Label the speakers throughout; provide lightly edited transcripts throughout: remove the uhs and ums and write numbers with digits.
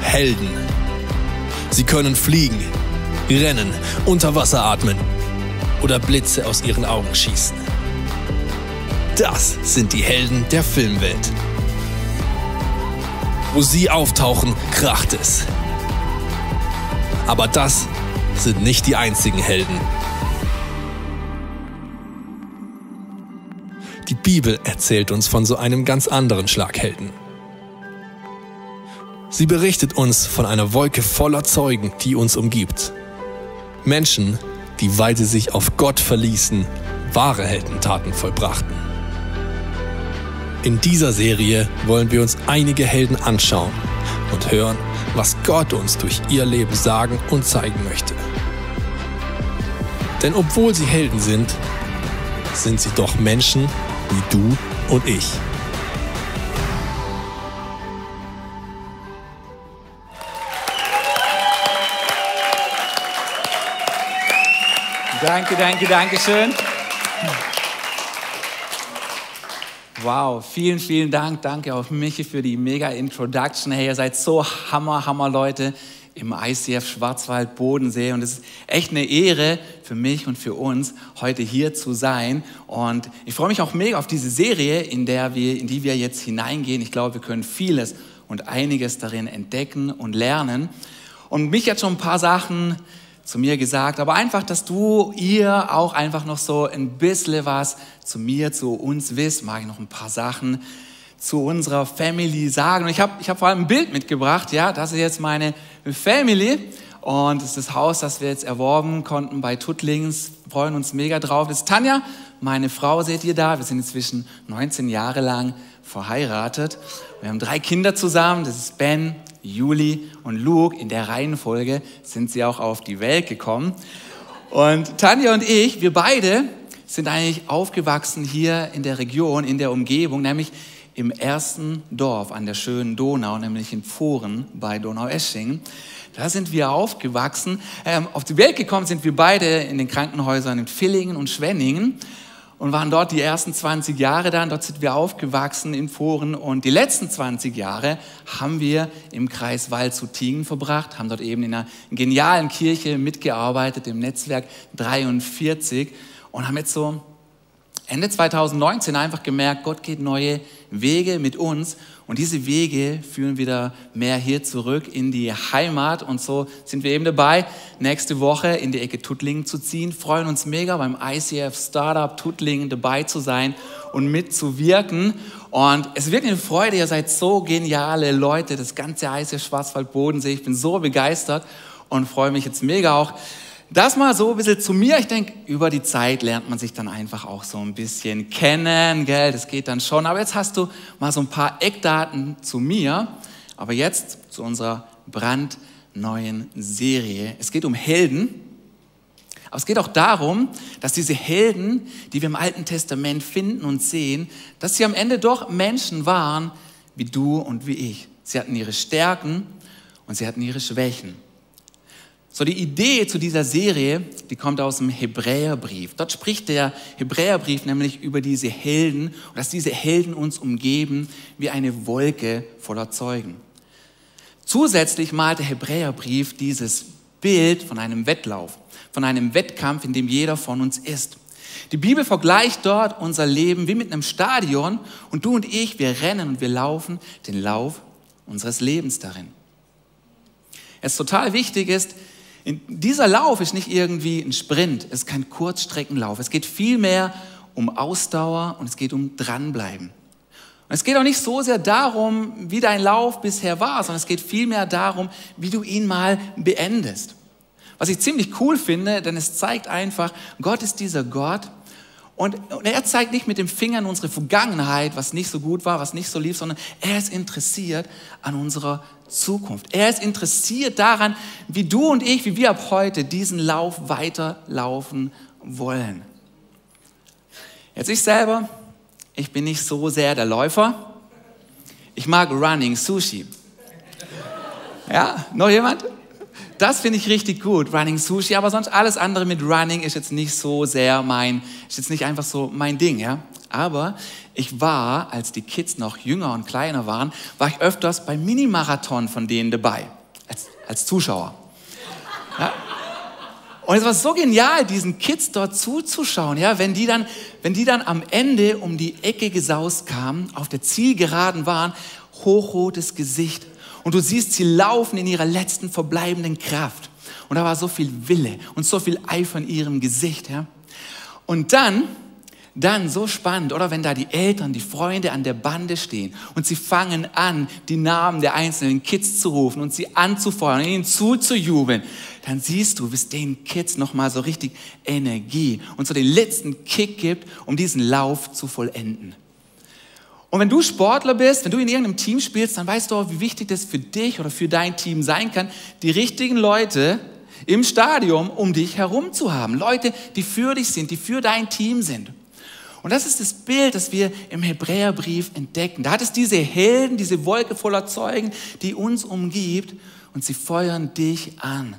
Speaker 1: Helden. Sie können fliegen, rennen, unter Wasser atmen oder Blitze aus ihren Augen schießen. Das sind die Helden der Filmwelt. Wo sie auftauchen, kracht es. Aber das sind nicht die einzigen Helden. Die Bibel erzählt uns von so einem ganz anderen Schlag Helden. Sie berichtet uns von einer Wolke voller Zeugen, die uns umgibt. Menschen, die, weil sie sich auf Gott verließen, wahre Heldentaten vollbrachten. In dieser Serie wollen wir uns einige Helden anschauen und hören, was Gott uns durch ihr Leben sagen und zeigen möchte. Denn obwohl sie Helden sind sie doch Menschen wie du und ich.
Speaker 2: Danke schön. Wow, vielen Dank. Danke auch Michi für die mega Introduction. Hey, ihr seid so Hammer Leute im ICF Schwarzwald Bodensee und es ist echt eine Ehre für mich und für uns, heute hier zu sein. Und ich freue mich auch mega auf diese Serie, in die wir jetzt hineingehen. Ich glaube, wir können vieles und einiges darin entdecken und lernen. Und mich hat schon ein paar Sachen zu mir gesagt, aber einfach, dass ihr auch einfach noch so ein bisschen was zu mir, zu uns wisst, mag ich noch ein paar Sachen zu unserer Family sagen. Und ich hab vor allem ein Bild mitgebracht, ja, das ist jetzt meine Family und das ist das Haus, das wir jetzt erworben konnten bei Tuttlings, freuen uns mega drauf. Das ist Tanja, meine Frau, seht ihr da, wir sind inzwischen 19 Jahre lang verheiratet. Wir haben 3 Kinder zusammen, das ist Ben, Juli und Luke. In der Reihenfolge sind sie auch auf die Welt gekommen. Und Tanja und ich, wir beide sind eigentlich aufgewachsen hier in der Region, in der Umgebung, nämlich im ersten Dorf an der schönen Donau, nämlich in Pfohren bei Donaueschingen. Da sind wir aufgewachsen. Auf die Welt gekommen sind wir beide in den Krankenhäusern in Villingen und Schwenningen und waren dort die ersten 20 Jahre dann. Dort sind wir aufgewachsen in Pfohren und die letzten 20 Jahre haben wir im Kreis Waldshut-Tiengen verbracht, haben dort eben in einer genialen Kirche mitgearbeitet, im Netzwerk 43 und haben jetzt so Ende 2019 einfach gemerkt, Gott geht neue Wege mit uns und diese Wege führen wieder mehr hier zurück in die Heimat und so sind wir eben dabei, nächste Woche in die Ecke Tuttlingen zu ziehen, freuen uns mega beim ICF Startup Tuttlingen dabei zu sein und mitzuwirken und es ist wirklich eine Freude, ihr seid so geniale Leute, das ganze ICF Schwarzwald Bodensee, ich bin so begeistert und freue mich jetzt mega auch. Das mal so ein bisschen zu mir. Ich denke, über die Zeit lernt man sich dann einfach auch so ein bisschen kennen, gell? Das geht dann schon. Aber jetzt hast du mal so ein paar Eckdaten zu mir. Aber jetzt zu unserer brandneuen Serie. Es geht um Helden. Aber es geht auch darum, dass diese Helden, die wir im Alten Testament finden und sehen, dass sie am Ende doch Menschen waren, wie du und wie ich. Sie hatten ihre Stärken und sie hatten ihre Schwächen. So, die Idee zu dieser Serie, die kommt aus dem Hebräerbrief. Dort spricht der Hebräerbrief nämlich über diese Helden und dass diese Helden uns umgeben wie eine Wolke voller Zeugen. Zusätzlich malt der Hebräerbrief dieses Bild von einem Wettlauf, von einem Wettkampf, in dem jeder von uns ist. Die Bibel vergleicht dort unser Leben wie mit einem Stadion und du und ich, wir rennen und wir laufen den Lauf unseres Lebens darin. Es total wichtig ist, dieser Lauf ist nicht irgendwie ein Sprint, es ist kein Kurzstreckenlauf. Es geht vielmehr um Ausdauer und es geht um Dranbleiben. Und es geht auch nicht so sehr darum, wie dein Lauf bisher war, sondern es geht vielmehr darum, wie du ihn mal beendest. Was ich ziemlich cool finde, denn es zeigt einfach, Gott ist dieser Gott und er zeigt nicht mit dem Finger in unsere Vergangenheit, was nicht so gut war, was nicht so lief, sondern er ist interessiert an unserer Zukunft. Er ist interessiert daran, wie du und ich, wie wir ab heute diesen Lauf weiterlaufen wollen. Jetzt ich selber, ich bin nicht so sehr der Läufer. Ich mag Running Sushi. Ja, noch jemand? Das finde ich richtig gut, Running Sushi, aber sonst alles andere mit Running ist jetzt nicht so sehr ist jetzt nicht einfach so mein Ding, ja. Aber ich war, als die Kids noch jünger und kleiner waren, war ich öfters beim Mini-Marathon von denen dabei. als Zuschauer. Ja. Und es war so genial, diesen Kids dort zuzuschauen, ja, wenn die dann am Ende um die Ecke gesaust kamen, auf der Zielgeraden waren, hochrotes Gesicht. Und du siehst, sie laufen in ihrer letzten verbleibenden Kraft. Und da war so viel Wille und so viel Eifer in ihrem Gesicht. Ja. Und dann so spannend, oder wenn da die Eltern, die Freunde an der Bande stehen und sie fangen an, die Namen der einzelnen Kids zu rufen und sie anzufeuern und ihnen zuzujubeln, dann siehst du, wie es den Kids nochmal so richtig Energie und so den letzten Kick gibt, um diesen Lauf zu vollenden. Und wenn du Sportler bist, wenn du in irgendeinem Team spielst, dann weißt du auch, wie wichtig das für dich oder für dein Team sein kann, die richtigen Leute im Stadion um dich herum zu haben. Leute, die für dich sind, die für dein Team sind. Und das ist das Bild, das wir im Hebräerbrief entdecken. Da hat es diese Helden, diese Wolke voller Zeugen, die uns umgibt und sie feuern dich an.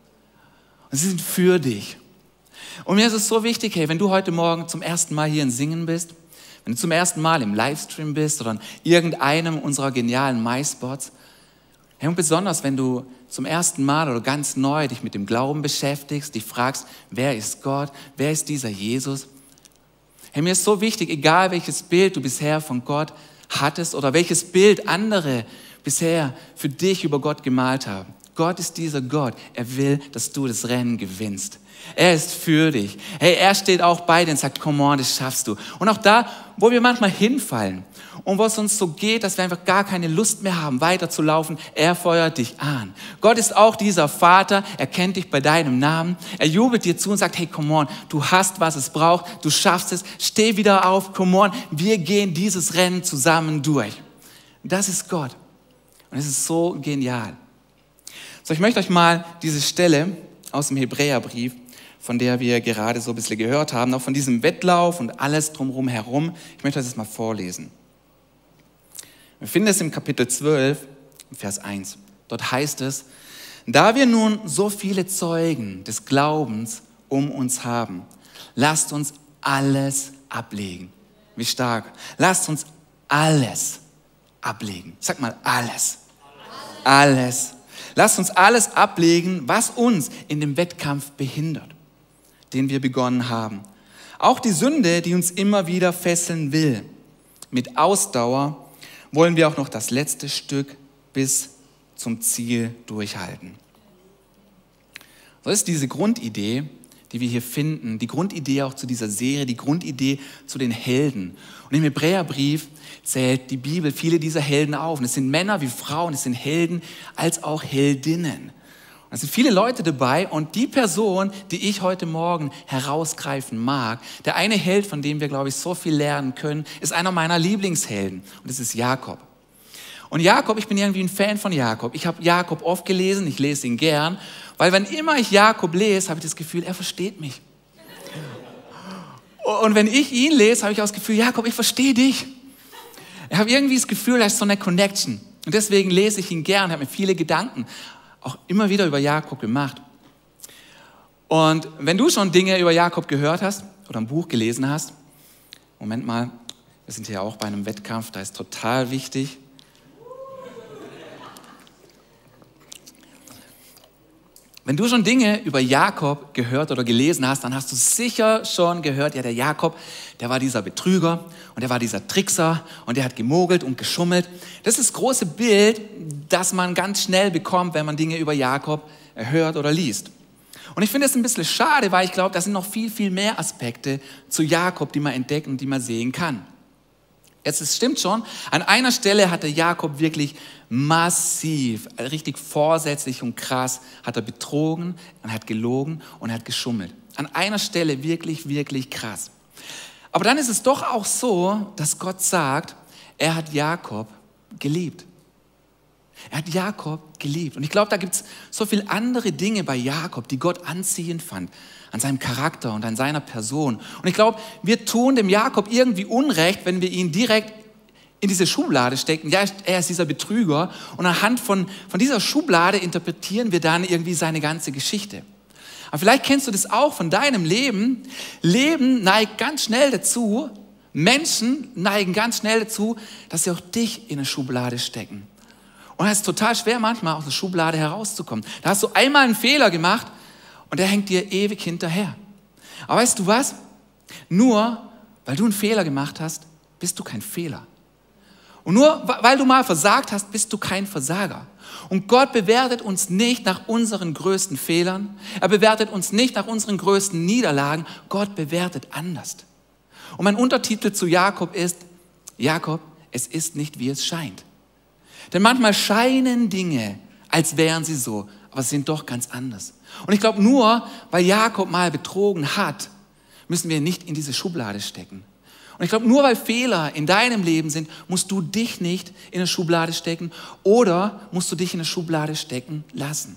Speaker 2: Und sie sind für dich. Und mir ist es so wichtig, hey, wenn du heute Morgen zum ersten Mal hier in Singen bist, wenn du zum ersten Mal im Livestream bist oder in irgendeinem unserer genialen MySpots, hey, und besonders wenn du zum ersten Mal oder ganz neu dich mit dem Glauben beschäftigst, dich fragst, wer ist Gott, wer ist dieser Jesus? Hey, mir ist so wichtig, egal welches Bild du bisher von Gott hattest oder welches Bild andere bisher für dich über Gott gemalt haben. Gott ist dieser Gott. Er will, dass du das Rennen gewinnst. Er ist für dich. Hey, er steht auch bei dir und sagt, come on, das schaffst du. Und auch da, wo wir manchmal hinfallen und wo es uns so geht, dass wir einfach gar keine Lust mehr haben, weiterzulaufen, er feuert dich an. Gott ist auch dieser Vater, er kennt dich bei deinem Namen. Er jubelt dir zu und sagt, hey, come on, du hast, was es braucht, du schaffst es, steh wieder auf, come on, wir gehen dieses Rennen zusammen durch. Das ist Gott. Und es ist so genial. So, ich möchte euch mal diese Stelle aus dem Hebräerbrief, von der wir gerade so ein bisschen gehört haben, auch von diesem Wettlauf und alles drumherum herum. Ich möchte euch das mal vorlesen. Wir finden es im Kapitel 12, Vers 1. Dort heißt es, da wir nun so viele Zeugen des Glaubens um uns haben, lasst uns alles ablegen. Wie stark. Lasst uns alles ablegen. Sag mal alles. Alles. Lasst uns alles ablegen, was uns in dem Wettkampf behindert, den wir begonnen haben. Auch die Sünde, die uns immer wieder fesseln will. Mit Ausdauer wollen wir auch noch das letzte Stück bis zum Ziel durchhalten. Das ist diese Grundidee, die wir hier finden, die Grundidee auch zu dieser Serie, die Grundidee zu den Helden. Und im Hebräerbrief zählt die Bibel viele dieser Helden auf. Und es sind Männer wie Frauen, es sind Helden als auch Heldinnen. Und es sind viele Leute dabei und die Person, die ich heute Morgen herausgreifen mag, der eine Held, von dem wir, glaube ich, so viel lernen können, ist einer meiner Lieblingshelden und das ist Jakob. Und Jakob, ich bin irgendwie ein Fan von Jakob. Ich habe Jakob oft gelesen, ich lese ihn gern, weil wann immer ich Jakob lese, habe ich das Gefühl, er versteht mich. Und wenn ich ihn lese, habe ich auch das Gefühl, Jakob, ich verstehe dich. Ich habe irgendwie das Gefühl, da ist so eine Connection. Und deswegen lese ich ihn gern, habe mir viele Gedanken auch immer wieder über Jakob gemacht. Und wenn du schon Dinge über Jakob gehört hast oder ein Buch gelesen hast, Moment mal, wir sind hier auch bei einem Wettkampf, da ist total wichtig. Wenn du schon Dinge über Jakob gehört oder gelesen hast, dann hast du sicher schon gehört, ja, der Jakob, der war dieser Betrüger und der war dieser Trickser und der hat gemogelt und geschummelt. Das ist das große Bild, das man ganz schnell bekommt, wenn man Dinge über Jakob hört oder liest. Und ich finde es ein bisschen schade, weil ich glaube, da sind noch viel, viel mehr Aspekte zu Jakob, die man entdecken und die man sehen kann. Jetzt, es stimmt schon, an einer Stelle hat der Jakob wirklich massiv, richtig vorsätzlich und krass, hat er betrogen, er hat gelogen und er hat geschummelt. An einer Stelle wirklich, wirklich krass. Aber dann ist es doch auch so, dass Gott sagt, er hat Jakob geliebt. Er hat Jakob geliebt. Und ich glaube, da gibt es so viele andere Dinge bei Jakob, die Gott anziehend fand, an seinem Charakter und an seiner Person. Und ich glaube, wir tun dem Jakob irgendwie Unrecht, wenn wir ihn direkt in diese Schublade stecken. Ja, er ist dieser Betrüger. Und anhand von dieser Schublade interpretieren wir dann irgendwie seine ganze Geschichte. Aber vielleicht kennst du das auch von deinem Leben. Leben neigt ganz schnell dazu, Menschen neigen ganz schnell dazu, dass sie auch dich in eine Schublade stecken. Und es ist total schwer manchmal aus der Schublade herauszukommen. Da hast du einmal einen Fehler gemacht und der hängt dir ewig hinterher. Aber weißt du was? Nur weil du einen Fehler gemacht hast, bist du kein Fehler. Und nur weil du mal versagt hast, bist du kein Versager. Und Gott bewertet uns nicht nach unseren größten Fehlern. Er bewertet uns nicht nach unseren größten Niederlagen. Gott bewertet anders. Und mein Untertitel zu Jakob ist, Jakob, es ist nicht, wie es scheint. Denn manchmal scheinen Dinge, als wären sie so, aber sie sind doch ganz anders. Und ich glaube, nur weil Jakob mal betrogen hat, müssen wir ihn nicht in diese Schublade stecken. Und ich glaube, nur weil Fehler in deinem Leben sind, musst du dich nicht in eine Schublade stecken oder musst du dich in eine Schublade stecken lassen.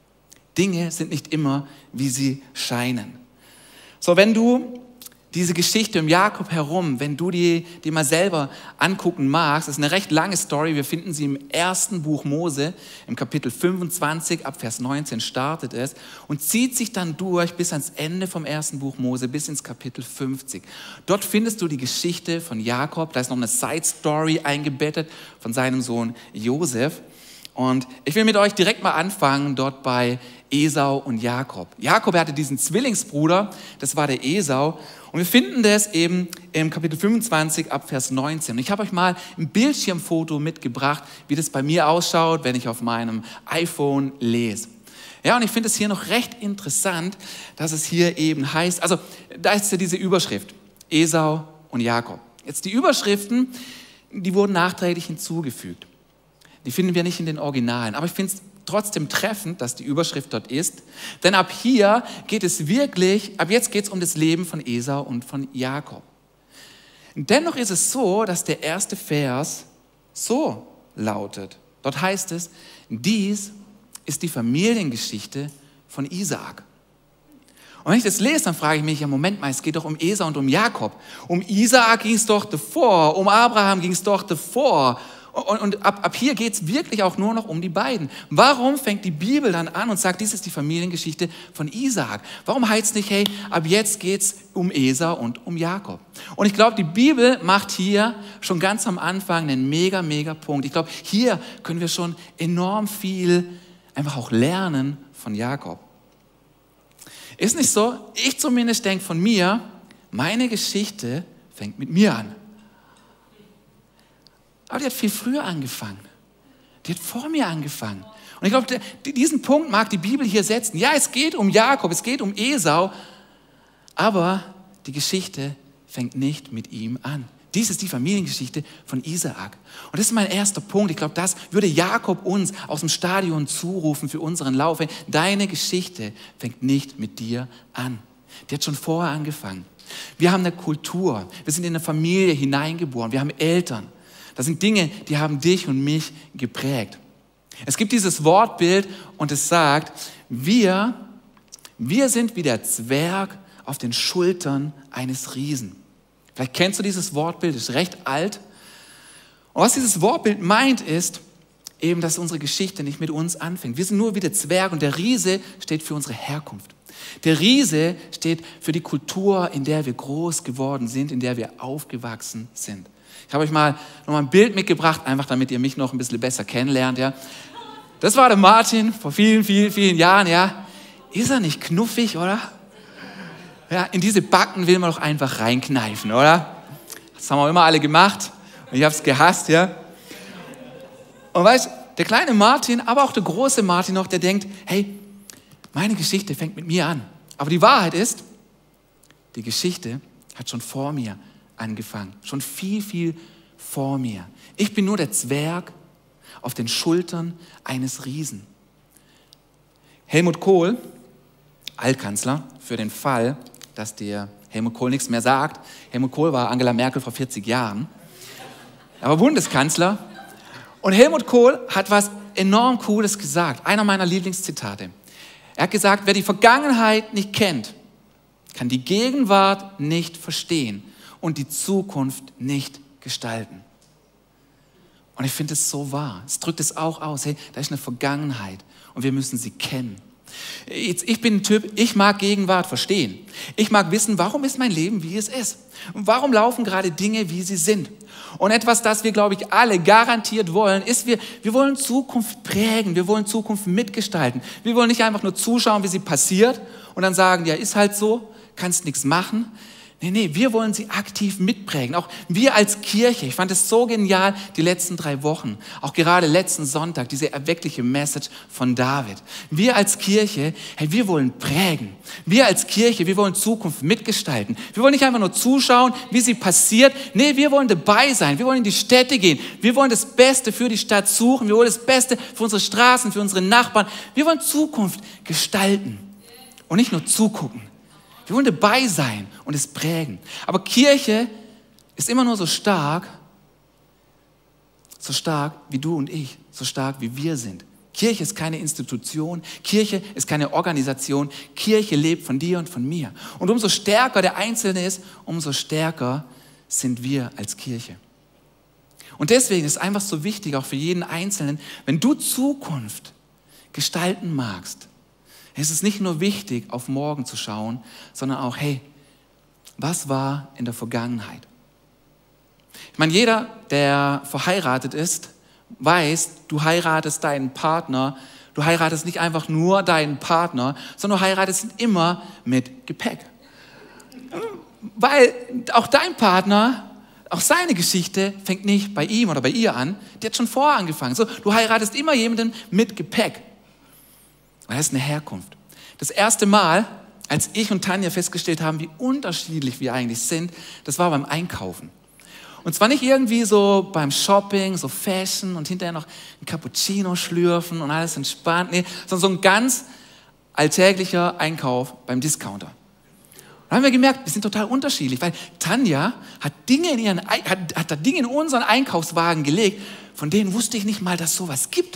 Speaker 2: Dinge sind nicht immer, wie sie scheinen. So, wenn du diese Geschichte um Jakob herum, wenn du die mal selber angucken magst, das ist eine recht lange Story, wir finden sie im ersten Buch Mose, im Kapitel 25, ab Vers 19 startet es und zieht sich dann durch bis ans Ende vom ersten Buch Mose, bis ins Kapitel 50. Dort findest du die Geschichte von Jakob, da ist noch eine Side-Story eingebettet von seinem Sohn Josef. Und ich will mit euch direkt mal anfangen, dort bei Esau und Jakob. Jakob hatte diesen Zwillingsbruder, das war der Esau. Und wir finden das eben im Kapitel 25 ab Vers 19. Und ich habe euch mal ein Bildschirmfoto mitgebracht, wie das bei mir ausschaut, wenn ich auf meinem iPhone lese. Ja, und ich finde es hier noch recht interessant, dass es hier eben heißt, also da ist ja diese Überschrift, Esau und Jakob. Jetzt die Überschriften, die wurden nachträglich hinzugefügt. Die finden wir nicht in den Originalen, aber ich finde es trotzdem treffend, dass die Überschrift dort ist, denn ab jetzt geht es um das Leben von Esau und von Jakob. Dennoch ist es so, dass der erste Vers so lautet. Dort heißt es, dies ist die Familiengeschichte von Isaak. Und wenn ich das lese, dann frage ich mich, ja Moment mal, es geht doch um Esau und um Jakob. Um Isaak ging es doch davor, um Abraham ging es doch davor. Und ab hier geht es wirklich auch nur noch um die beiden. Warum fängt die Bibel dann an und sagt, dies ist die Familiengeschichte von Isaak? Warum heißt es nicht, hey, ab jetzt geht es um Esau und um Jakob? Und ich glaube, die Bibel macht hier schon ganz am Anfang einen mega Punkt. Ich glaube, hier können wir schon enorm viel einfach auch lernen von Jakob. Ist nicht so? Ich zumindest denke von mir, meine Geschichte fängt mit mir an. Aber die hat viel früher angefangen. Die hat vor mir angefangen. Und ich glaube, diesen Punkt mag die Bibel hier setzen. Ja, es geht um Jakob, es geht um Esau, aber die Geschichte fängt nicht mit ihm an. Dies ist die Familiengeschichte von Isaak. Und das ist mein erster Punkt. Ich glaube, das würde Jakob uns aus dem Stadion zurufen für unseren Lauf. Deine Geschichte fängt nicht mit dir an. Die hat schon vorher angefangen. Wir haben eine Kultur. Wir sind in eine Familie hineingeboren. Wir haben Eltern. Das sind Dinge, die haben dich und mich geprägt. Es gibt dieses Wortbild und es sagt, wir sind wie der Zwerg auf den Schultern eines Riesen. Vielleicht kennst du dieses Wortbild, das ist recht alt. Und was dieses Wortbild meint, ist eben, dass unsere Geschichte nicht mit uns anfängt. Wir sind nur wie der Zwerg und der Riese steht für unsere Herkunft. Der Riese steht für die Kultur, in der wir groß geworden sind, in der wir aufgewachsen sind. Ich habe euch noch mal ein Bild mitgebracht, einfach damit ihr mich noch ein bisschen besser kennenlernt. Ja. Das war der Martin vor vielen Jahren. Ja. Ist er nicht knuffig, oder? Ja, in diese Backen will man doch einfach reinkneifen, oder? Das haben wir immer alle gemacht und ich habe es gehasst. Ja. Und weißt du, der kleine Martin, aber auch der große Martin noch, der denkt, hey, meine Geschichte fängt mit mir an. Aber die Wahrheit ist, die Geschichte hat schon vor mir angefangen. Schon viel vor mir. Ich bin nur der Zwerg auf den Schultern eines Riesen. Helmut Kohl, Altkanzler, für den Fall, dass dir Helmut Kohl nichts mehr sagt. Helmut Kohl war Angela Merkel vor 40 Jahren. Er war Bundeskanzler. Und Helmut Kohl hat was enorm Cooles gesagt. Einer meiner Lieblingszitate. Er hat gesagt, wer die Vergangenheit nicht kennt, kann die Gegenwart nicht verstehen und die Zukunft nicht gestalten. Und ich finde es so wahr. Es drückt es auch aus. Hey, da ist eine Vergangenheit und wir müssen sie kennen. Ich bin ein Typ, ich mag Gegenwart verstehen. Ich mag wissen, warum ist mein Leben, wie es ist? Und warum laufen gerade Dinge, wie sie sind? Und etwas, das wir, glaube ich, alle garantiert wollen, ist, wir wollen Zukunft prägen, wir wollen Zukunft mitgestalten. Wir wollen nicht einfach nur zuschauen, wie sie passiert und dann sagen, ja, ist halt so, kannst nichts machen. Nee, wir wollen sie aktiv mitprägen. Auch wir als Kirche, ich fand es so genial, die letzten 3 Wochen, auch gerade letzten Sonntag, diese erweckliche Message von David. Wir als Kirche, hey, wir wollen prägen. Wir als Kirche, wir wollen Zukunft mitgestalten. Wir wollen nicht einfach nur zuschauen, wie sie passiert. Nee, wir wollen dabei sein. Wir wollen in die Städte gehen. Wir wollen das Beste für die Stadt suchen. Wir wollen das Beste für unsere Straßen, für unsere Nachbarn. Wir wollen Zukunft gestalten und nicht nur zugucken. Wir wollen dabei sein und es prägen. Aber Kirche ist immer nur so stark wie du und ich, so stark wie wir sind. Kirche ist keine Institution, Kirche ist keine Organisation, Kirche lebt von dir und von mir. Und umso stärker der Einzelne ist, umso stärker sind wir als Kirche. Und deswegen ist es einfach so wichtig, auch für jeden Einzelnen, wenn du Zukunft gestalten magst, es ist nicht nur wichtig, auf morgen zu schauen, sondern auch, hey, was war in der Vergangenheit? Ich meine, jeder, der verheiratet ist, weiß, du heiratest deinen Partner, du heiratest nicht einfach nur deinen Partner, sondern du heiratest ihn immer mit Gepäck. Weil auch dein Partner, auch seine Geschichte fängt nicht bei ihm oder bei ihr an, die hat schon vorher angefangen. So, du heiratest immer jemanden mit Gepäck. Und das ist eine Herkunft. Das erste Mal, als ich und Tanja festgestellt haben, wie unterschiedlich wir eigentlich sind, das war beim Einkaufen. Und zwar nicht irgendwie so beim Shopping, so Fashion und hinterher noch ein Cappuccino schlürfen und alles entspannt, nee, sondern so ein ganz alltäglicher Einkauf beim Discounter. Und dann haben wir gemerkt, wir sind total unterschiedlich, weil Tanja hat Dinge in unseren Einkaufswagen gelegt, von denen wusste ich nicht mal, dass sowas gibt.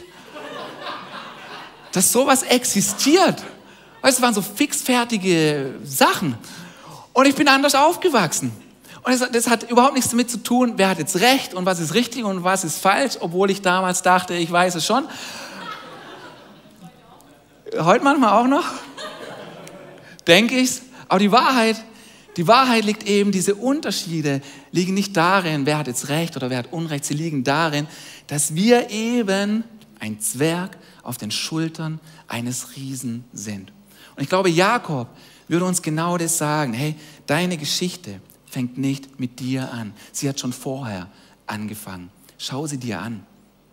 Speaker 2: Dass sowas existiert. Weißt du, das waren so fixfertige Sachen. Und ich bin anders aufgewachsen. Und das hat überhaupt nichts damit zu tun, wer hat jetzt recht und was ist richtig und was ist falsch, obwohl ich damals dachte, ich weiß es schon. Heute manchmal auch noch, denke ich's. Aber die Wahrheit liegt eben, diese Unterschiede liegen nicht darin, wer hat jetzt recht oder wer hat Unrecht. Sie liegen darin, dass wir eben ein Zwerg auf den Schultern eines Riesen sind. Und ich glaube, Jakob würde uns genau das sagen. Hey, deine Geschichte fängt nicht mit dir an. Sie hat schon vorher angefangen. Schau sie dir an.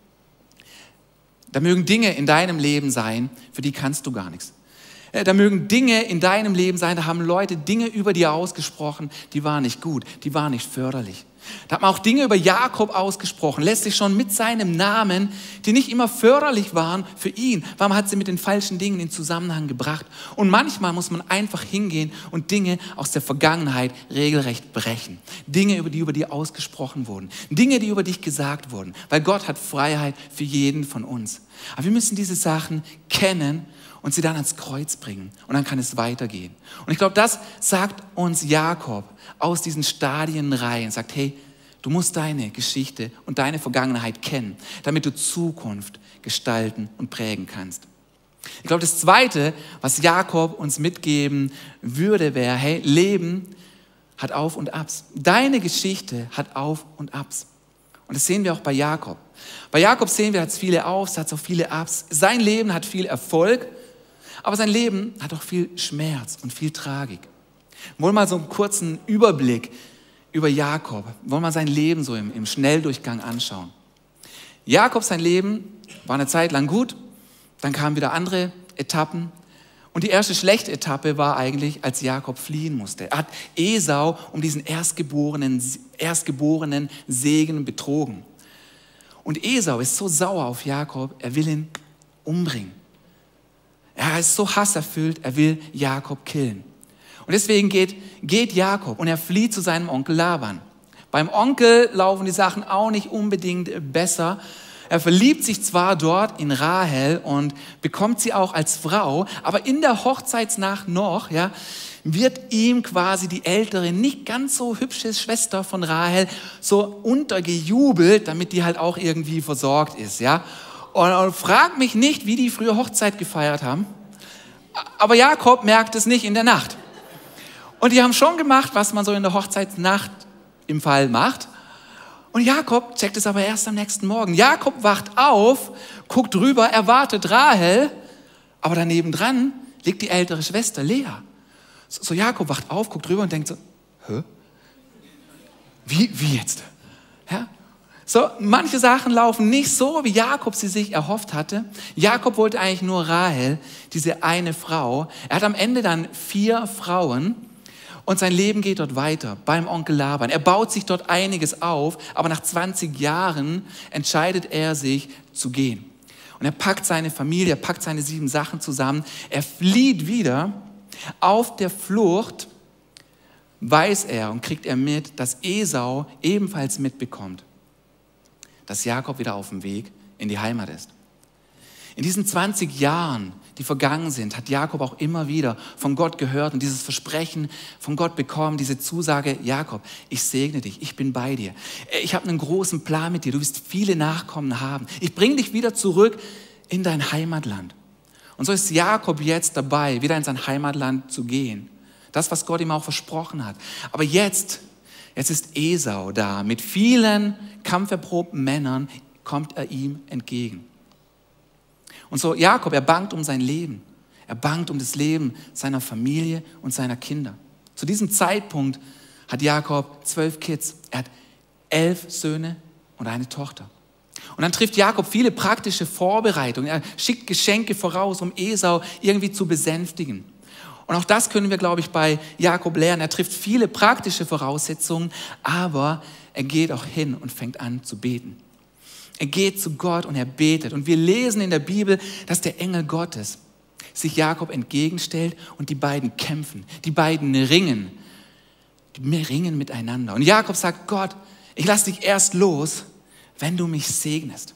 Speaker 2: Da mögen Dinge in deinem Leben sein, für die kannst du gar nichts. Da mögen Dinge in deinem Leben sein, da haben Leute Dinge über dir ausgesprochen, die waren nicht gut, die waren nicht förderlich. Da hat man auch Dinge über Jakob ausgesprochen, letztlich schon mit seinem Namen, die nicht immer förderlich waren für ihn. Warum hat sie mit den falschen Dingen in Zusammenhang gebracht? Und manchmal muss man einfach hingehen und Dinge aus der Vergangenheit regelrecht brechen. Dinge, die über dir ausgesprochen wurden. Dinge, die über dich gesagt wurden. Weil Gott hat Freiheit für jeden von uns. Aber wir müssen diese Sachen kennen und sie dann ans Kreuz bringen. Und dann kann es weitergehen. Und ich glaube, das sagt uns Jakob aus diesen Stadienreihen. Sagt, hey, du musst deine Geschichte und deine Vergangenheit kennen, damit du Zukunft gestalten und prägen kannst. Ich glaube, das Zweite, was Jakob uns mitgeben würde, wäre, hey, Leben hat Auf und Abs. Deine Geschichte hat Auf und Abs. Und das sehen wir auch bei Jakob. Bei Jakob sehen wir, hat es viele Aufs, hat es auch viele Abs. Sein Leben hat viel Erfolg, aber sein Leben hat auch viel Schmerz und viel Tragik. Wir wollen mal so einen kurzen Überblick über Jakob, wir wollen mal sein Leben so im Schnelldurchgang anschauen. Jakob, sein Leben war eine Zeit lang gut, dann kamen wieder andere Etappen. Und die erste schlechte Etappe war eigentlich, als Jakob fliehen musste. Er hat Esau um diesen erstgeborenen Segen betrogen. Und Esau ist so sauer auf Jakob, er will ihn umbringen. Er ist so hasserfüllt, er will Jakob killen. Und deswegen geht Jakob und er flieht zu seinem Onkel Laban. Beim Onkel laufen die Sachen auch nicht unbedingt besser. Er verliebt sich zwar dort in Rahel und bekommt sie auch als Frau, aber in der Hochzeitsnacht noch, ja, wird ihm quasi die ältere, nicht ganz so hübsche Schwester von Rahel so untergejubelt, damit die halt auch irgendwie versorgt ist, ja. Und frag mich nicht, wie die früher Hochzeit gefeiert haben, Aber Jakob merkt es nicht in der Nacht. Und die haben schon gemacht, was man so in der Hochzeitsnacht im Fall macht. Und Jakob checkt es aber erst am nächsten Morgen. Jakob wacht auf, guckt rüber, erwartet Rahel, aber daneben dran liegt die ältere Schwester Lea. So Jakob wacht auf, guckt rüber und denkt so, hä? Wie jetzt? Ja? So, manche Sachen laufen nicht so, wie Jakob sie sich erhofft hatte. Jakob wollte eigentlich nur Rahel, diese eine Frau. Er hat am Ende dann 4 Frauen und sein Leben geht dort weiter, beim Onkel Laban. Er baut sich dort einiges auf, aber nach 20 Jahren entscheidet er sich zu gehen. Und er packt seine Familie, er packt seine 7 Sachen zusammen, er flieht wieder. Auf der Flucht weiß er und kriegt er mit, dass Esau ebenfalls mitbekommt, dass Jakob wieder auf dem Weg in die Heimat ist. In diesen 20 Jahren, die vergangen sind, hat Jakob auch immer wieder von Gott gehört und dieses Versprechen von Gott bekommen, diese Zusage, Jakob, ich segne dich, ich bin bei dir. Ich habe einen großen Plan mit dir, du wirst viele Nachkommen haben. Ich bringe dich wieder zurück in dein Heimatland. Und so ist Jakob jetzt dabei, wieder in sein Heimatland zu gehen. Das, was Gott ihm auch versprochen hat. Aber jetzt ist Esau da. Mit vielen kampferprobten Männern kommt er ihm entgegen. Und so Jakob, er bangt um sein Leben. Er bangt um das Leben seiner Familie und seiner Kinder. Zu diesem Zeitpunkt hat Jakob 12 Kids. Er hat 11 Söhne und eine Tochter. Und dann trifft Jakob viele praktische Vorbereitungen. Er schickt Geschenke voraus, um Esau irgendwie zu besänftigen. Und auch das können wir, glaube ich, bei Jakob lernen. Er trifft viele praktische Voraussetzungen, aber er geht auch hin und fängt an zu beten. Er geht zu Gott und er betet. Und wir lesen in der Bibel, dass der Engel Gottes sich Jakob entgegenstellt und die beiden kämpfen. Die beiden ringen. Die ringen miteinander. Und Jakob sagt, Gott, ich lasse dich erst los, wenn du mich segnest.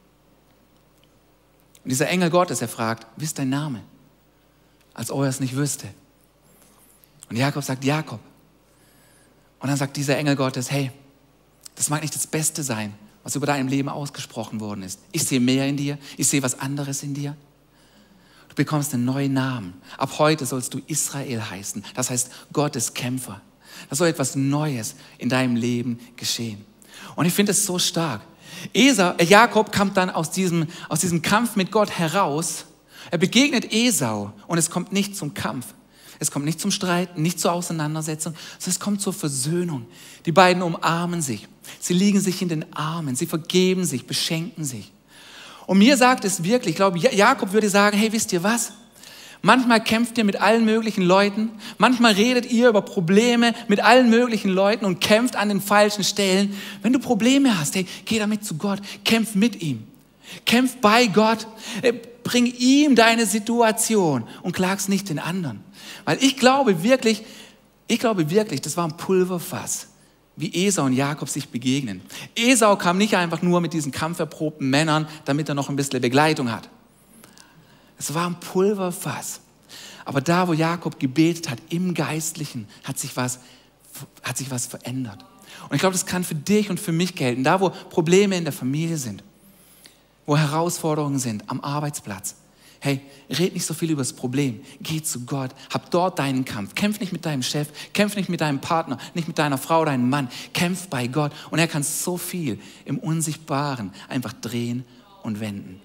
Speaker 2: Und dieser Engel Gottes, er fragt, wie ist dein Name? Als ob er es nicht wüsste. Und Jakob sagt, Jakob. Und dann sagt dieser Engel Gottes, hey, das mag nicht das Beste sein, was über deinem Leben ausgesprochen worden ist. Ich sehe mehr in dir, ich sehe was anderes in dir. Du bekommst einen neuen Namen. Ab heute sollst du Israel heißen. Das heißt, Gottes Kämpfer. Da soll etwas Neues in deinem Leben geschehen. Und ich finde es so stark. Jakob kam dann aus diesem Kampf mit Gott heraus. Er begegnet Esau und es kommt nicht zum Kampf. Es kommt nicht zum Streit, nicht zur Auseinandersetzung, sondern es kommt zur Versöhnung. Die beiden umarmen sich. Sie liegen sich in den Armen. Sie vergeben sich, beschenken sich. Und mir sagt es wirklich, ich glaube, Jakob würde sagen, hey, wisst ihr was? Manchmal kämpft ihr mit allen möglichen Leuten. Manchmal redet ihr über Probleme mit allen möglichen Leuten und kämpft an den falschen Stellen. Wenn du Probleme hast, hey, geh damit zu Gott. Kämpf mit ihm. Kämpf bei Gott. Bring ihm deine Situation und klag's nicht den anderen. Weil ich glaube wirklich, das war ein Pulverfass, wie Esau und Jakob sich begegnen. Esau kam nicht einfach nur mit diesen kampferprobten Männern, damit er noch ein bisschen Begleitung hat. Es war ein Pulverfass. Aber da, wo Jakob gebetet hat, im Geistlichen, hat sich was verändert. Und ich glaube, das kann für dich und für mich gelten. Da, wo Probleme in der Familie sind, wo Herausforderungen sind, am Arbeitsplatz. Hey, red nicht so viel über das Problem. Geh zu Gott, hab dort deinen Kampf. Kämpf nicht mit deinem Chef, kämpf nicht mit deinem Partner, nicht mit deiner Frau, deinem Mann. Kämpf bei Gott. Und er kann so viel im Unsichtbaren einfach drehen und wenden.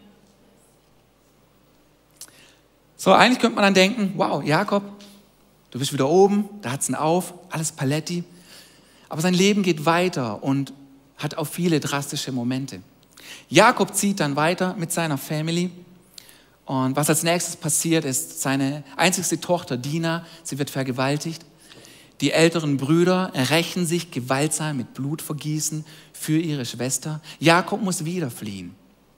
Speaker 2: So, eigentlich könnte man dann denken, wow, Jakob, du bist wieder oben, da hat's ihn auf, alles Paletti. Aber sein Leben geht weiter und hat auch viele drastische Momente. Jakob zieht dann weiter mit seiner Family. Und was als nächstes passiert, ist seine einzigste Tochter Dina, sie wird vergewaltigt. Die älteren Brüder rächen sich gewaltsam mit Blutvergießen für ihre Schwester. Jakob muss wieder fliehen.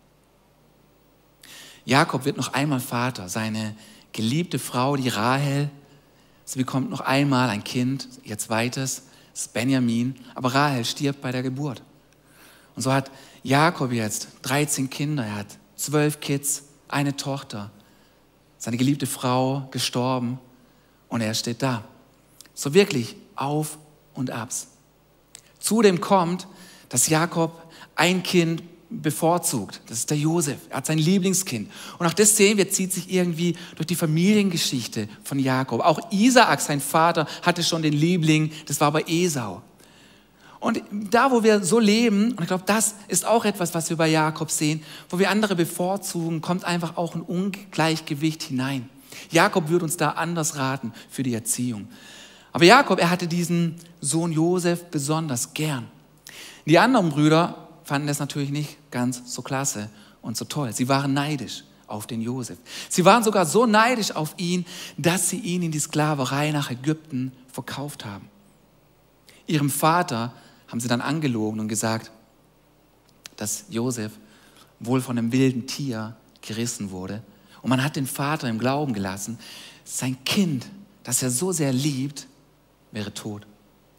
Speaker 2: Jakob wird noch einmal Vater. Seine geliebte Frau, die Rahel, sie bekommt noch einmal ein Kind, ihr zweites, das ist Benjamin. Aber Rahel stirbt bei der Geburt. Und so hat Jakob jetzt 13 Kinder, er hat 12 Kids, eine Tochter, seine geliebte Frau gestorben und er steht da. So wirklich auf und abs. Zudem kommt, dass Jakob ein Kind bevorzugt. Das ist der Josef. Er hat sein Lieblingskind. Und auch das sehen wir, zieht sich irgendwie durch die Familiengeschichte von Jakob. Auch Isaak, sein Vater, hatte schon den Liebling. Das war aber Esau. Und da, wo wir so leben, und ich glaube, das ist auch etwas, was wir bei Jakob sehen, wo wir andere bevorzugen, kommt einfach auch ein Ungleichgewicht hinein. Jakob würde uns da anders raten für die Erziehung. Aber Jakob, er hatte diesen Sohn Josef besonders gern. Die anderen Brüder fanden das natürlich nicht ganz so klasse und so toll. Sie waren neidisch auf den Josef. Sie waren sogar so neidisch auf ihn, dass sie ihn in die Sklaverei nach Ägypten verkauft haben. Ihrem Vater haben sie dann angelogen und gesagt, dass Josef wohl von einem wilden Tier gerissen wurde. Und man hat den Vater im Glauben gelassen, sein Kind, das er so sehr liebt, wäre tot.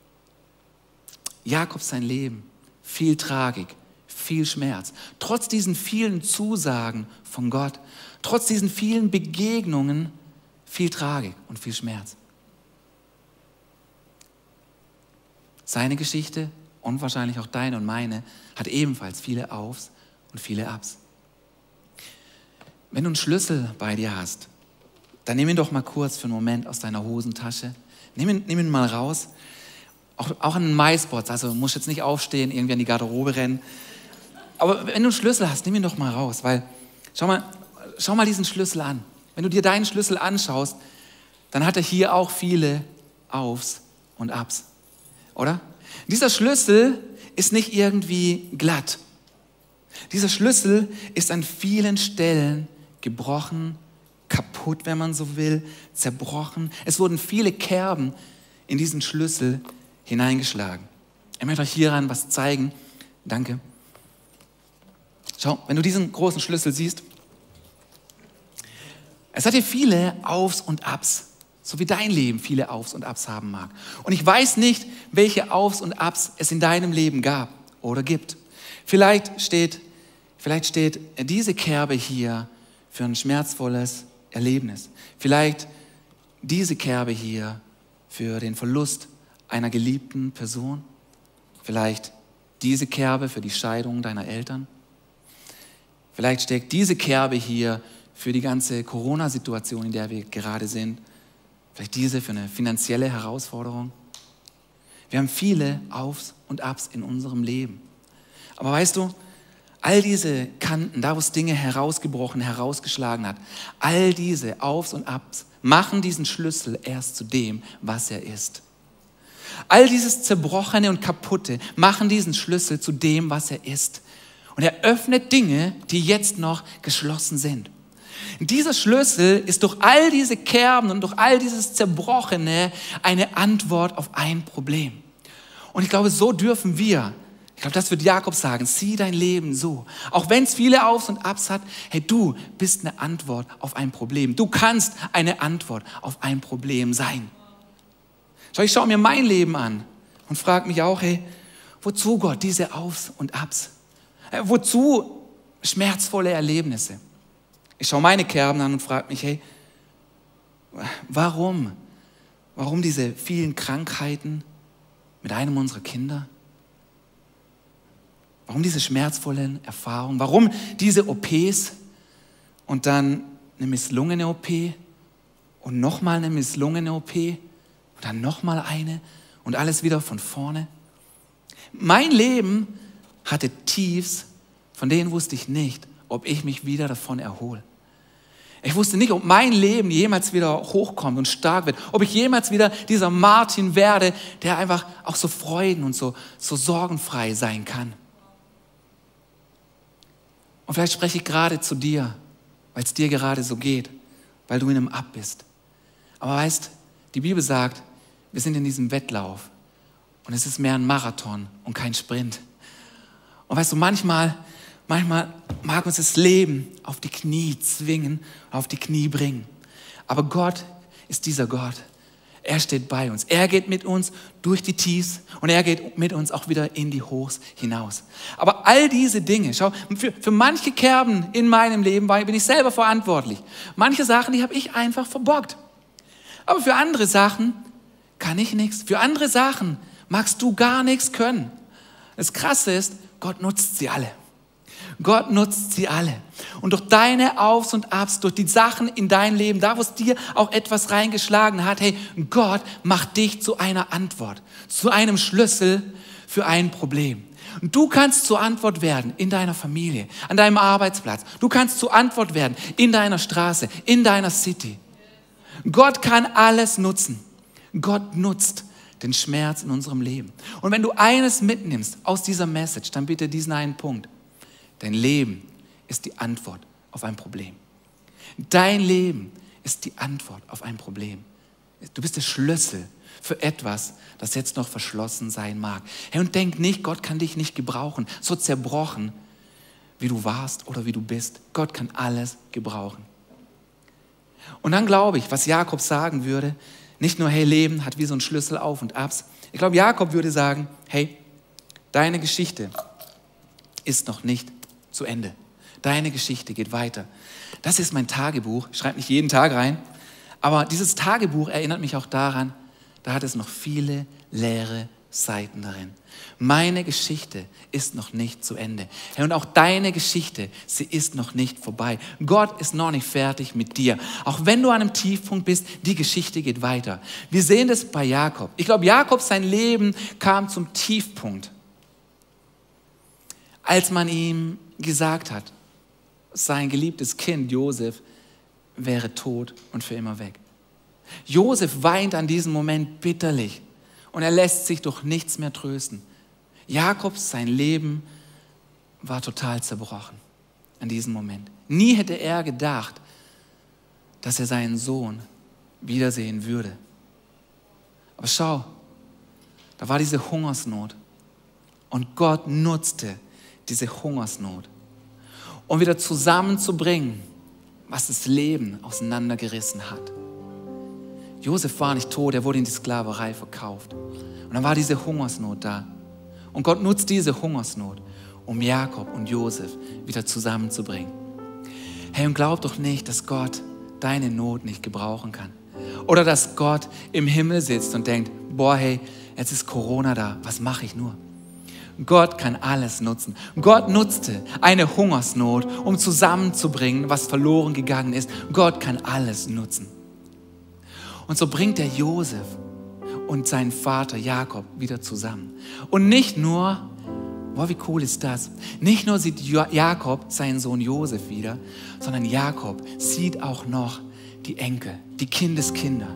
Speaker 2: Jakob sein Leben, viel Tragik, viel Schmerz. Trotz diesen vielen Zusagen von Gott, trotz diesen vielen Begegnungen, viel Tragik und viel Schmerz. Seine Geschichte und wahrscheinlich auch deine und meine hat ebenfalls viele Aufs und viele Ups. Wenn du einen Schlüssel bei dir hast, dann nimm ihn doch mal kurz für einen Moment aus deiner Hosentasche. Nimm ihn mal raus. Auch an den MySpots, also du musst jetzt nicht aufstehen, irgendwie an die Garderobe rennen. Aber wenn du einen Schlüssel hast, nimm ihn doch mal raus, weil schau mal diesen Schlüssel an. Wenn du dir deinen Schlüssel anschaust, dann hat er hier auch viele Aufs und Ups. Oder? Dieser Schlüssel ist nicht irgendwie glatt. Dieser Schlüssel ist an vielen Stellen gebrochen, kaputt, wenn man so will, zerbrochen. Es wurden viele Kerben in diesen Schlüssel hineingeschlagen. Ich möchte euch hieran was zeigen. Danke. Schau, wenn du diesen großen Schlüssel siehst, es hat hier viele Aufs und Ups. So wie dein Leben viele Aufs und Ups haben mag. Und ich weiß nicht, welche Aufs und Ups es in deinem Leben gab oder gibt. Vielleicht steht diese Kerbe hier für ein schmerzvolles Erlebnis. Vielleicht diese Kerbe hier für den Verlust einer geliebten Person. Vielleicht diese Kerbe für die Scheidung deiner Eltern. Vielleicht steckt diese Kerbe hier für die ganze Corona-Situation, in der wir gerade sind. Vielleicht diese für eine finanzielle Herausforderung. Wir haben viele Aufs und Ups in unserem Leben. Aber weißt du, all diese Kanten, da wo es Dinge herausgebrochen, herausgeschlagen hat, all diese Aufs und Ups machen diesen Schlüssel erst zu dem, was er ist. All dieses Zerbrochene und Kaputte machen diesen Schlüssel zu dem, was er ist. Und er öffnet Dinge, die jetzt noch geschlossen sind. Dieser Schlüssel ist durch all diese Kerben und durch all dieses Zerbrochene eine Antwort auf ein Problem. Und ich glaube, so dürfen wir, ich glaube, das wird Jakob sagen, sieh dein Leben so. Auch wenn es viele Aufs und Ups hat, hey, du bist eine Antwort auf ein Problem. Du kannst eine Antwort auf ein Problem sein. Schau, ich schaue mir mein Leben an und frage mich auch, hey, wozu Gott diese Aufs und Ups? Wozu schmerzvolle Erlebnisse? Ich schaue meine Kerben an und frage mich, hey, warum diese vielen Krankheiten mit einem unserer Kinder? Warum diese schmerzvollen Erfahrungen? Warum diese OPs und dann eine misslungene OP und nochmal eine misslungene OP und dann nochmal eine und alles wieder von vorne? Mein Leben hatte Tiefs, von denen wusste ich nicht, ob ich mich wieder davon erhole. Ich wusste nicht, ob mein Leben jemals wieder hochkommt und stark wird, ob ich jemals wieder dieser Martin werde, der einfach auch so freuden- und so sorgenfrei sein kann. Und vielleicht spreche ich gerade zu dir, weil es dir gerade so geht, weil du in einem Up bist. Aber weißt, die Bibel sagt, wir sind in diesem Wettlauf und es ist mehr ein Marathon und kein Sprint. Und weißt du, manchmal mag uns das Leben auf die Knie zwingen, auf die Knie bringen. Aber Gott ist dieser Gott. Er steht bei uns. Er geht mit uns durch die Tiefs und er geht mit uns auch wieder in die Hochs hinaus. Aber all diese Dinge, schau, für manche Kerben in meinem Leben bin ich selber verantwortlich. Manche Sachen, die habe ich einfach verbockt. Aber für andere Sachen kann ich nichts. Für andere Sachen magst du gar nichts können. Das Krasse ist, Gott nutzt sie alle. Gott nutzt sie alle. Und durch deine Aufs und Abs, durch die Sachen in dein Leben, da wo es dir auch etwas reingeschlagen hat, hey, Gott macht dich zu einer Antwort, zu einem Schlüssel für ein Problem. Und du kannst zur Antwort werden in deiner Familie, an deinem Arbeitsplatz. Du kannst zur Antwort werden in deiner Straße, in deiner City. Gott kann alles nutzen. Gott nutzt den Schmerz in unserem Leben. Und wenn du eines mitnimmst aus dieser Message, dann bitte diesen einen Punkt. Dein Leben ist die Antwort auf ein Problem. Dein Leben ist die Antwort auf ein Problem. Du bist der Schlüssel für etwas, das jetzt noch verschlossen sein mag. Hey, und denk nicht, Gott kann dich nicht gebrauchen, so zerbrochen, wie du warst oder wie du bist. Gott kann alles gebrauchen. Und dann glaube ich, was Jakob sagen würde, nicht nur, hey, Leben hat wie so ein Schlüssel auf und abs. Ich glaube, Jakob würde sagen, hey, deine Geschichte ist noch nicht zu Ende. Deine Geschichte geht weiter. Das ist mein Tagebuch. Ich schreibe nicht jeden Tag rein, aber dieses Tagebuch erinnert mich auch daran, da hat es noch viele leere Seiten darin. Meine Geschichte ist noch nicht zu Ende. Hey, und auch deine Geschichte, sie ist noch nicht vorbei. Gott ist noch nicht fertig mit dir. Auch wenn du an einem Tiefpunkt bist, die Geschichte geht weiter. Wir sehen das bei Jakob. Ich glaube, Jakob, sein Leben kam zum Tiefpunkt, als man ihm gesagt hat, sein geliebtes Kind Josef wäre tot und für immer weg. Josef weint an diesem Moment bitterlich und er lässt sich durch nichts mehr trösten. Jakob, sein Leben war total zerbrochen an diesem Moment. Nie hätte er gedacht, dass er seinen Sohn wiedersehen würde. Aber schau, da war diese Hungersnot und Gott nutzte diese Hungersnot, um wieder zusammenzubringen, was das Leben auseinandergerissen hat. Josef war nicht tot, er wurde in die Sklaverei verkauft. Und dann war diese Hungersnot da. Und Gott nutzt diese Hungersnot, um Jakob und Josef wieder zusammenzubringen. Hey, und glaub doch nicht, dass Gott deine Not nicht gebrauchen kann. Oder dass Gott im Himmel sitzt und denkt, boah, hey, jetzt ist Corona da, was mache ich nur? Gott kann alles nutzen. Gott nutzte eine Hungersnot, um zusammenzubringen, was verloren gegangen ist. Gott kann alles nutzen. Und so bringt er Josef und seinen Vater Jakob wieder zusammen. Und nicht nur, boah, wie cool ist das? Nicht nur sieht Jakob seinen Sohn Josef wieder, sondern Jakob sieht auch noch die Enkel, die Kindeskinder.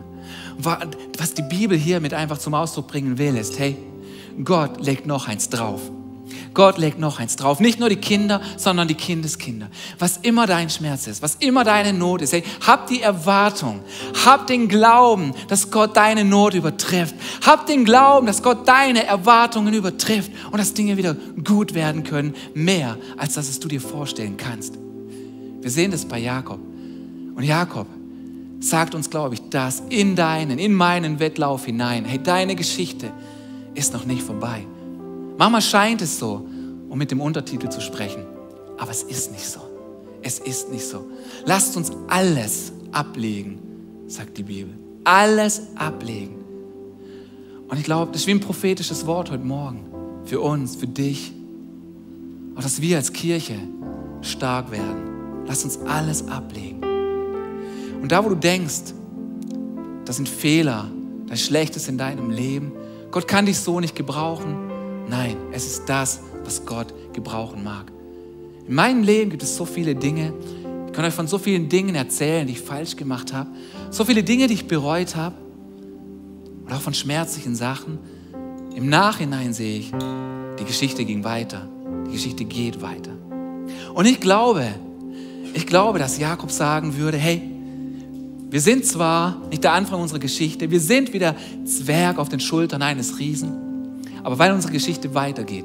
Speaker 2: Was die Bibel hier mit einfach zum Ausdruck bringen will, ist, hey, Gott legt noch eins drauf. Gott legt noch eins drauf. Nicht nur die Kinder, sondern die Kindeskinder. Was immer dein Schmerz ist, was immer deine Not ist, hey, hab die Erwartung, hab den Glauben, dass Gott deine Not übertrifft. Hab den Glauben, dass Gott deine Erwartungen übertrifft und dass Dinge wieder gut werden können, mehr als dass es du dir vorstellen kannst. Wir sehen das bei Jakob. Und Jakob sagt uns, glaube ich, das in meinen Wettlauf hinein. Hey, deine Geschichte ist noch nicht vorbei. Manchmal scheint es so, um mit dem Untertitel zu sprechen, aber es ist nicht so. Es ist nicht so. Lasst uns alles ablegen, sagt die Bibel. Alles ablegen. Und ich glaube, das ist wie ein prophetisches Wort heute Morgen. Für uns, für dich. Auch dass wir als Kirche stark werden. Lasst uns alles ablegen. Und da, wo du denkst, das sind Fehler, das Schlechtes in deinem Leben, Gott kann dich so nicht gebrauchen. Nein, es ist das, was Gott gebrauchen mag. In meinem Leben gibt es so viele Dinge, ich kann euch von so vielen Dingen erzählen, die ich falsch gemacht habe, so viele Dinge, die ich bereut habe und auch von schmerzlichen Sachen. Im Nachhinein sehe ich, die Geschichte ging weiter, die Geschichte geht weiter. Und ich glaube, dass Jakob sagen würde, hey, wir sind zwar nicht der Anfang unserer Geschichte, wir sind wie der Zwerg auf den Schultern eines Riesen, aber weil unsere Geschichte weitergeht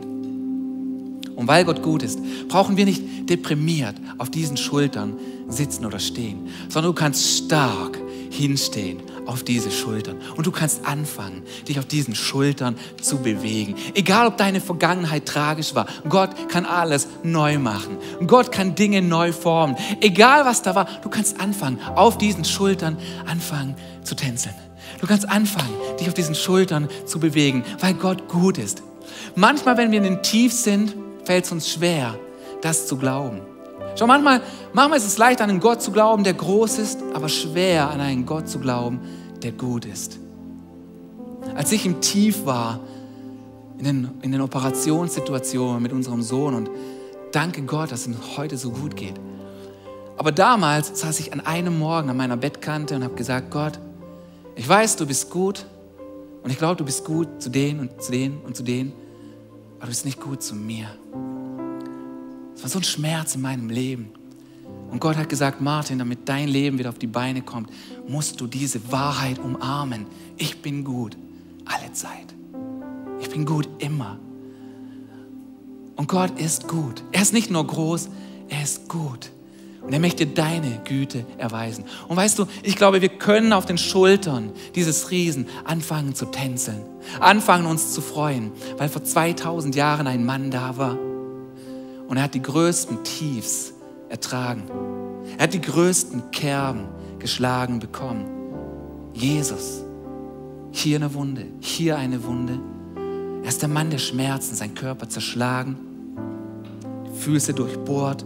Speaker 2: und weil Gott gut ist, brauchen wir nicht deprimiert auf diesen Schultern sitzen oder stehen, sondern du kannst stark hinstehen auf diese Schultern und du kannst anfangen, dich auf diesen Schultern zu bewegen. Egal, ob deine Vergangenheit tragisch war, Gott kann alles neu machen. Gott kann Dinge neu formen. Egal, was da war, du kannst anfangen, auf diesen Schultern anfangen zu tänzeln. Du kannst anfangen, dich auf diesen Schultern zu bewegen, weil Gott gut ist. Manchmal, wenn wir in den Tief sind, fällt es uns schwer, das zu glauben. Schau, manchmal ist es leicht, an einen Gott zu glauben, der groß ist, aber schwer, an einen Gott zu glauben, der gut ist. Als ich im Tief war, in den Operationssituationen mit unserem Sohn, und danke Gott, dass es ihm heute so gut geht. Aber damals saß ich an einem Morgen an meiner Bettkante und habe gesagt, Gott, ich weiß, du bist gut und ich glaube, du bist gut zu denen und zu denen und zu denen, aber du bist nicht gut zu mir. Es war so ein Schmerz in meinem Leben. Und Gott hat gesagt, Martin, damit dein Leben wieder auf die Beine kommt, musst du diese Wahrheit umarmen. Ich bin gut, alle Zeit. Ich bin gut immer. Und Gott ist gut. Er ist nicht nur groß, er ist gut. Und er möchte deine Güte erweisen. Und weißt du, ich glaube, wir können auf den Schultern dieses Riesen anfangen zu tänzeln. Anfangen uns zu freuen, weil vor 2000 Jahren ein Mann da war. Und er hat die größten Tiefs ertragen. Er hat die größten Kerben geschlagen bekommen. Jesus. Hier eine Wunde, hier eine Wunde. Er ist der Mann der Schmerzen, sein Körper zerschlagen, die Füße durchbohrt.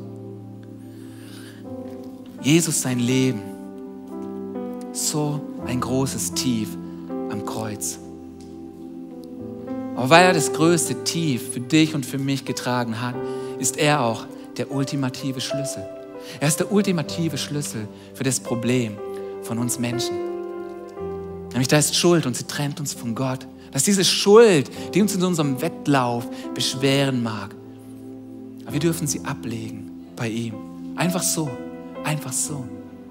Speaker 2: Jesus sein Leben, so ein großes Tief am Kreuz. Aber weil er das größte Tief für dich und für mich getragen hat, ist er auch der ultimative Schlüssel. Er ist der ultimative Schlüssel für das Problem von uns Menschen. Nämlich da ist Schuld und sie trennt uns von Gott. Das ist diese Schuld, die uns in unserem Wettlauf beschweren mag. Aber wir dürfen sie ablegen bei ihm. Einfach so. Einfach so.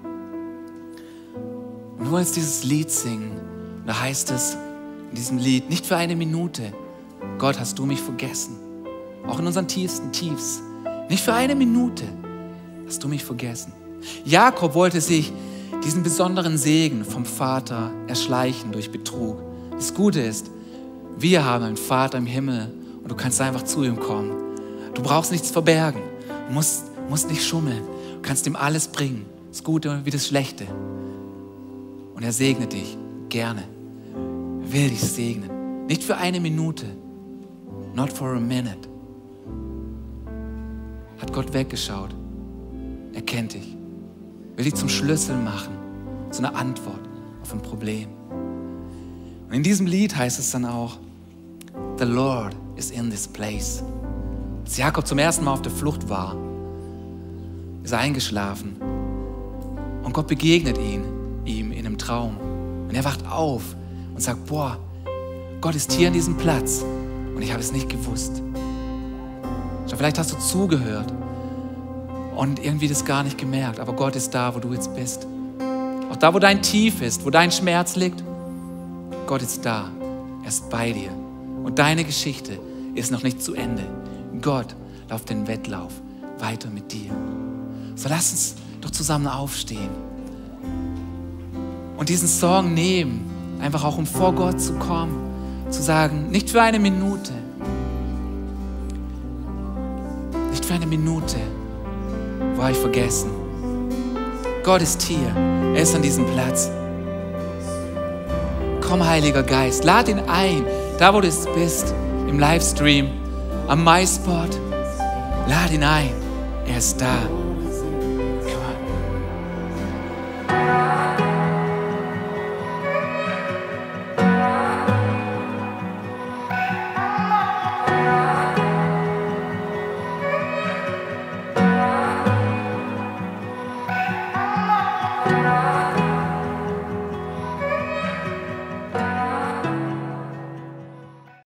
Speaker 2: Und wir wollen jetzt dieses Lied singen. Und da heißt es in diesem Lied, nicht für eine Minute, Gott, hast du mich vergessen. Auch in unseren tiefsten Tiefs. Nicht für eine Minute hast du mich vergessen. Jakob wollte sich diesen besonderen Segen vom Vater erschleichen durch Betrug. Das Gute ist, wir haben einen Vater im Himmel und du kannst einfach zu ihm kommen. Du brauchst nichts verbergen. Du musst nicht schummeln. Du kannst ihm alles bringen, das Gute wie das Schlechte. Und er segnet dich gerne. Er will dich segnen. Nicht für eine Minute. Not for a minute. Hat Gott weggeschaut. Er kennt dich. Will dich zum Schlüssel machen, zu einer Antwort auf ein Problem. Und in diesem Lied heißt es dann auch, The Lord is in this place. Als Jakob zum ersten Mal auf der Flucht war, ist er eingeschlafen und Gott begegnet ihm in einem Traum. Und er wacht auf und sagt, boah, Gott ist hier an diesem Platz und ich habe es nicht gewusst. Schau, vielleicht hast du zugehört und irgendwie das gar nicht gemerkt, aber Gott ist da, wo du jetzt bist. Auch da, wo dein Tief ist, wo dein Schmerz liegt, Gott ist da, er ist bei dir. Und deine Geschichte ist noch nicht zu Ende. Gott läuft den Wettlauf weiter mit dir. So lass uns doch zusammen aufstehen und diesen Song nehmen, einfach auch um vor Gott zu kommen, zu sagen, nicht für eine Minute, nicht für eine Minute war ich vergessen. Gott ist hier, er ist an diesem Platz. Komm, Heiliger Geist, lad ihn ein, da wo du bist, im Livestream, am MySpot, lad ihn ein, er ist da.
Speaker 3: Yeah.